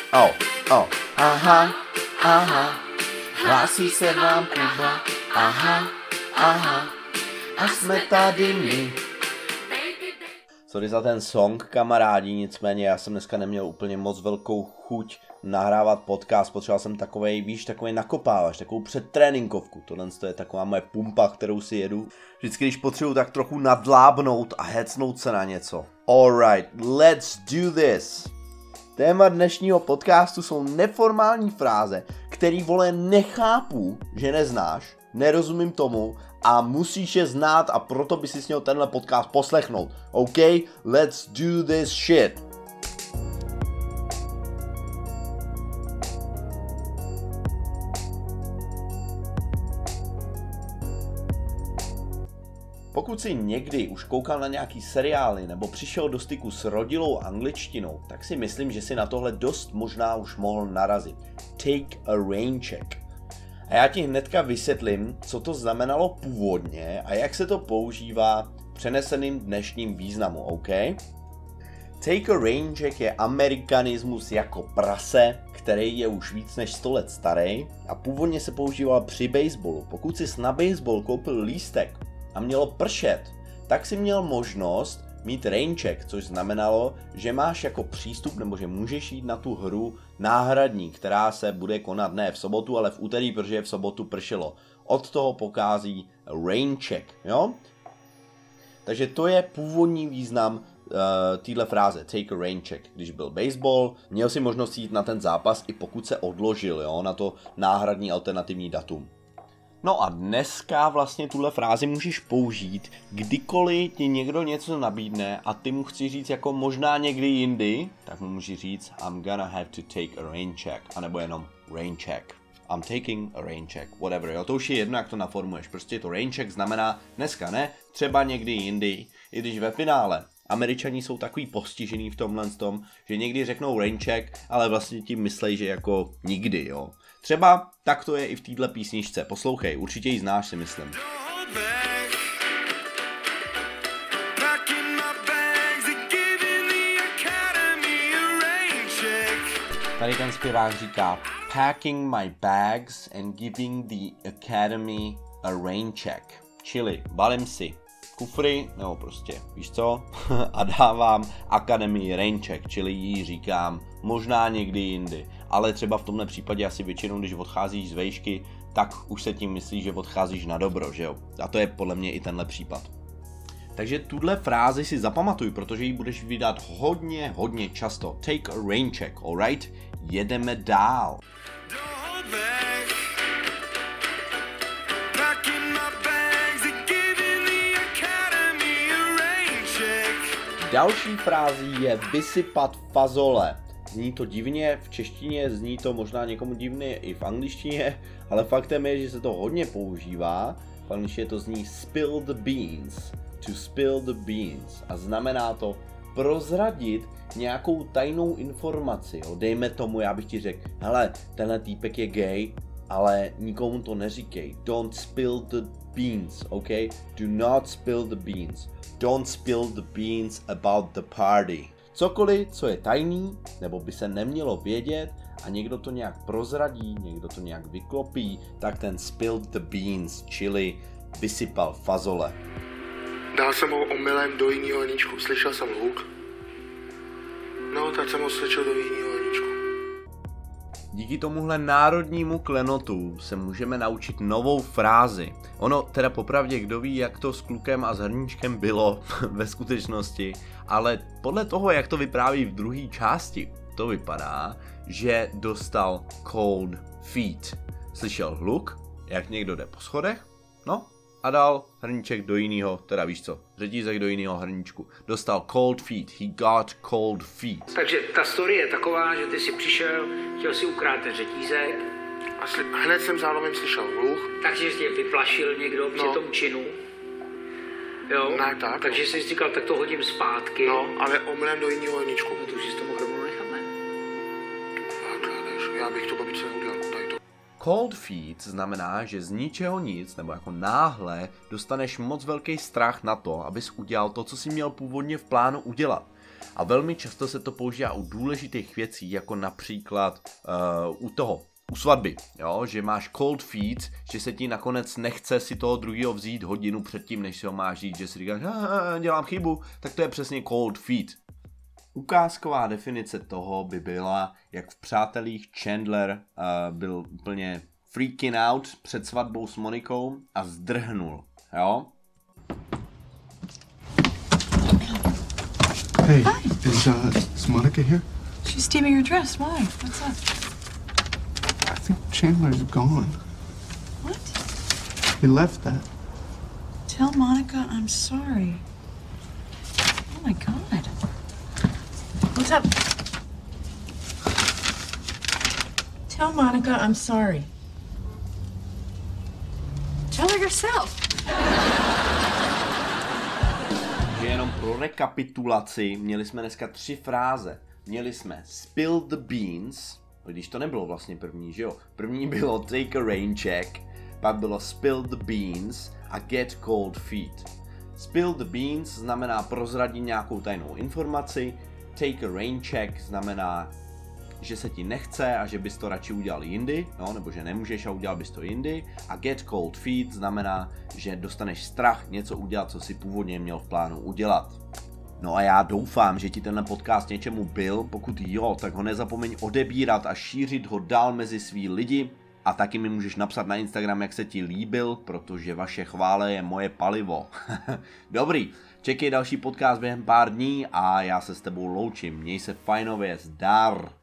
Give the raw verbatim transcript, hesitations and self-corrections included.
Oh, oh, aha, aha, hlásí se vám Kuba, aha, aha, a jsme tady my. Sorry za ten song, kamarádi, nicméně já jsem dneska neměl úplně moc velkou chuť nahrávat podcast, potřeboval jsem takovej, víš, takovej nakopávač, takovou předtréninkovku, tohle je taková moje pumpa, kterou si jedu. Vždycky, když potřebuji tak trochu nadlábnout a hecnout se na něco. Alright, let's do this. Téma dnešního podcastu jsou neformální fráze, který, vole, nechápu, že neznáš, nerozumím tomu a musíš je znát a proto by si měl tenhle podcast poslechnout. OK, let's do this shit. Pokud jsi někdy už koukal na nějaký seriály nebo přišel do styku s rodilou angličtinou, tak si myslím, že si na tohle dost možná už mohl narazit. Take a rain check. A já ti hnedka vysvětlím, co to znamenalo původně a jak se to používá v přeneseným dnešním významu, OK? Take a rain check je amerikanismus jako prase, který je už víc než sto let starý a původně se používal při baseballu. Pokud jsi na baseball koupil lístek a mělo pršet, tak si měl možnost mít rain check, což znamenalo, že máš jako přístup nebo že můžeš jít na tu hru náhradní, která se bude konat ne v sobotu, ale v úterý, protože v sobotu pršelo. Od toho pochází rain check, jo? Takže to je původní význam uh, téhle fráze, take a rain check. Když byl baseball, měl si možnost jít na ten zápas, i pokud se odložil, jo, na to náhradní alternativní datum. No a dneska vlastně tuhle frázi můžeš použít, kdykoliv ti někdo něco nabídne a ty mu chci říct jako možná někdy jindy, tak mu můžeš říct I'm gonna have to take a rain check, anebo jenom rain check. I'm taking a rain check, whatever, jo, to už je jedno, jak to naformuješ, prostě to rain check znamená dneska ne, třeba někdy jindy, i když ve finále Američani jsou takový postižený v tomhle tom, že někdy řeknou rain check, ale vlastně tím myslej, že jako nikdy, jo. Třeba tak to je i v téhle písničce, poslouchej, určitě ji znáš, si myslím. Tady ten zpěvák říká packing my bags and giving the academy a rain check. Čili balím si kufry, nebo prostě, víš co, a dávám Academy rain check, čili jí říkám možná někdy jindy, ale třeba v tomhle případě asi většinou, když odcházíš z vejšky, tak už se tím myslí, že odcházíš na dobro, že jo, a to je podle mě i tenhle případ. Takže tuhle frázi si zapamatuj, protože ji budeš vydat hodně, hodně často. Take a rain check, alright? Jedeme dál. Další frází je vysypat fazole. Zní to divně, v češtině zní to možná někomu divně i v angličtině, ale faktem je, že se to hodně používá. V angličtině to zní spill the beans, to spill the beans. A znamená to prozradit nějakou tajnou informaci. Jo. Dejme tomu, já bych ti řekl, hele, tenhle týpek je gay, ale nikomu to neříkej. Don't spill the beans, ok? Do not spill the beans. Don't spill the beans about the party. Cokoliv, co je tajný, nebo by se nemělo vědět a někdo to nějak prozradí, někdo to nějak vyklopí, tak ten spilled the beans, čili vysypal fazole. Dal jsem ho omylem do jiného hrníčku. Slyšel jsem hluk? No, tak jsem ho slyšel do jiného hrníčku. Díky tomuhle národnímu klenotu se můžeme naučit novou frázi. Ono teda popravdě, kdo ví, jak to s klukem a s hrníčkem bylo ve skutečnosti, ale podle toho, jak to vypráví v druhé části, to vypadá, že dostal cold feet. Slyšel hluk, jak někdo jde po schodech, no a dal hrníček do jiného, teda víš co, řetízek do jiného hrníčku. Dostal cold feet, he got cold feet. Takže ta story je taková, že ty si přišel, chtěl si ukrát ten řetízek. A sli- hned jsem zároveň slyšel hluk. Takže tě vyplašil někdo no. při tom činu. Jo? Ne, tak. Takže jsi říkal, tak to hodím zpátky. No, ale omylem do jiného hrníčku. No to už jsi to mohl rovnou nechat, ne? Já bych to babičce neudělal, tady to. Cold feet znamená, že z ničeho nic, nebo jako náhle, dostaneš moc velký strach na to, abys udělal to, co jsi měl původně v plánu udělat. A velmi často se to používá u důležitých věcí, jako například uh, u toho, u svatby, jo? Že máš cold feet, že se ti nakonec nechce si toho druhého vzít hodinu předtím, než si ho máš říct, že si říkáš, dělám chybu, tak to je přesně cold feet. Ukázková definice toho by byla, jak v Přátelích Chandler uh, byl úplně freaking out před svatbou s Monikou a zdrhnul, jo? Hey, is, uh, is Monica here? She's steaming her dress. Why? What's up? I think Chandler's gone. What? He left that. Tell Monica I'm sorry. Oh my God. What's up? Tell Monica I'm sorry. Tell her yourself. Že jenom pro rekapitulaci, měli jsme dneska tři fráze. Měli jsme spill the beans, když to nebylo vlastně první, že jo? První bylo take a rain check, pak bylo spill the beans a get cold feet. Spill the beans znamená prozradit nějakou tajnou informaci, take a rain check znamená, že se ti nechce a že bys to radši udělal jindy, no, nebo že nemůžeš a udělal bys to jindy. A get cold feet znamená, že dostaneš strach něco udělat, co si původně měl v plánu udělat. No a já doufám, že ti tenhle podcast něčemu byl, pokud jo, tak ho nezapomeň odebírat a šířit ho dál mezi svý lidi. A taky mi můžeš napsat na Instagram, jak se ti líbil, protože vaše chvále je moje palivo. Dobrý, čekej další podcast během pár dní a já se s tebou loučím. Měj se fajnově, zdar!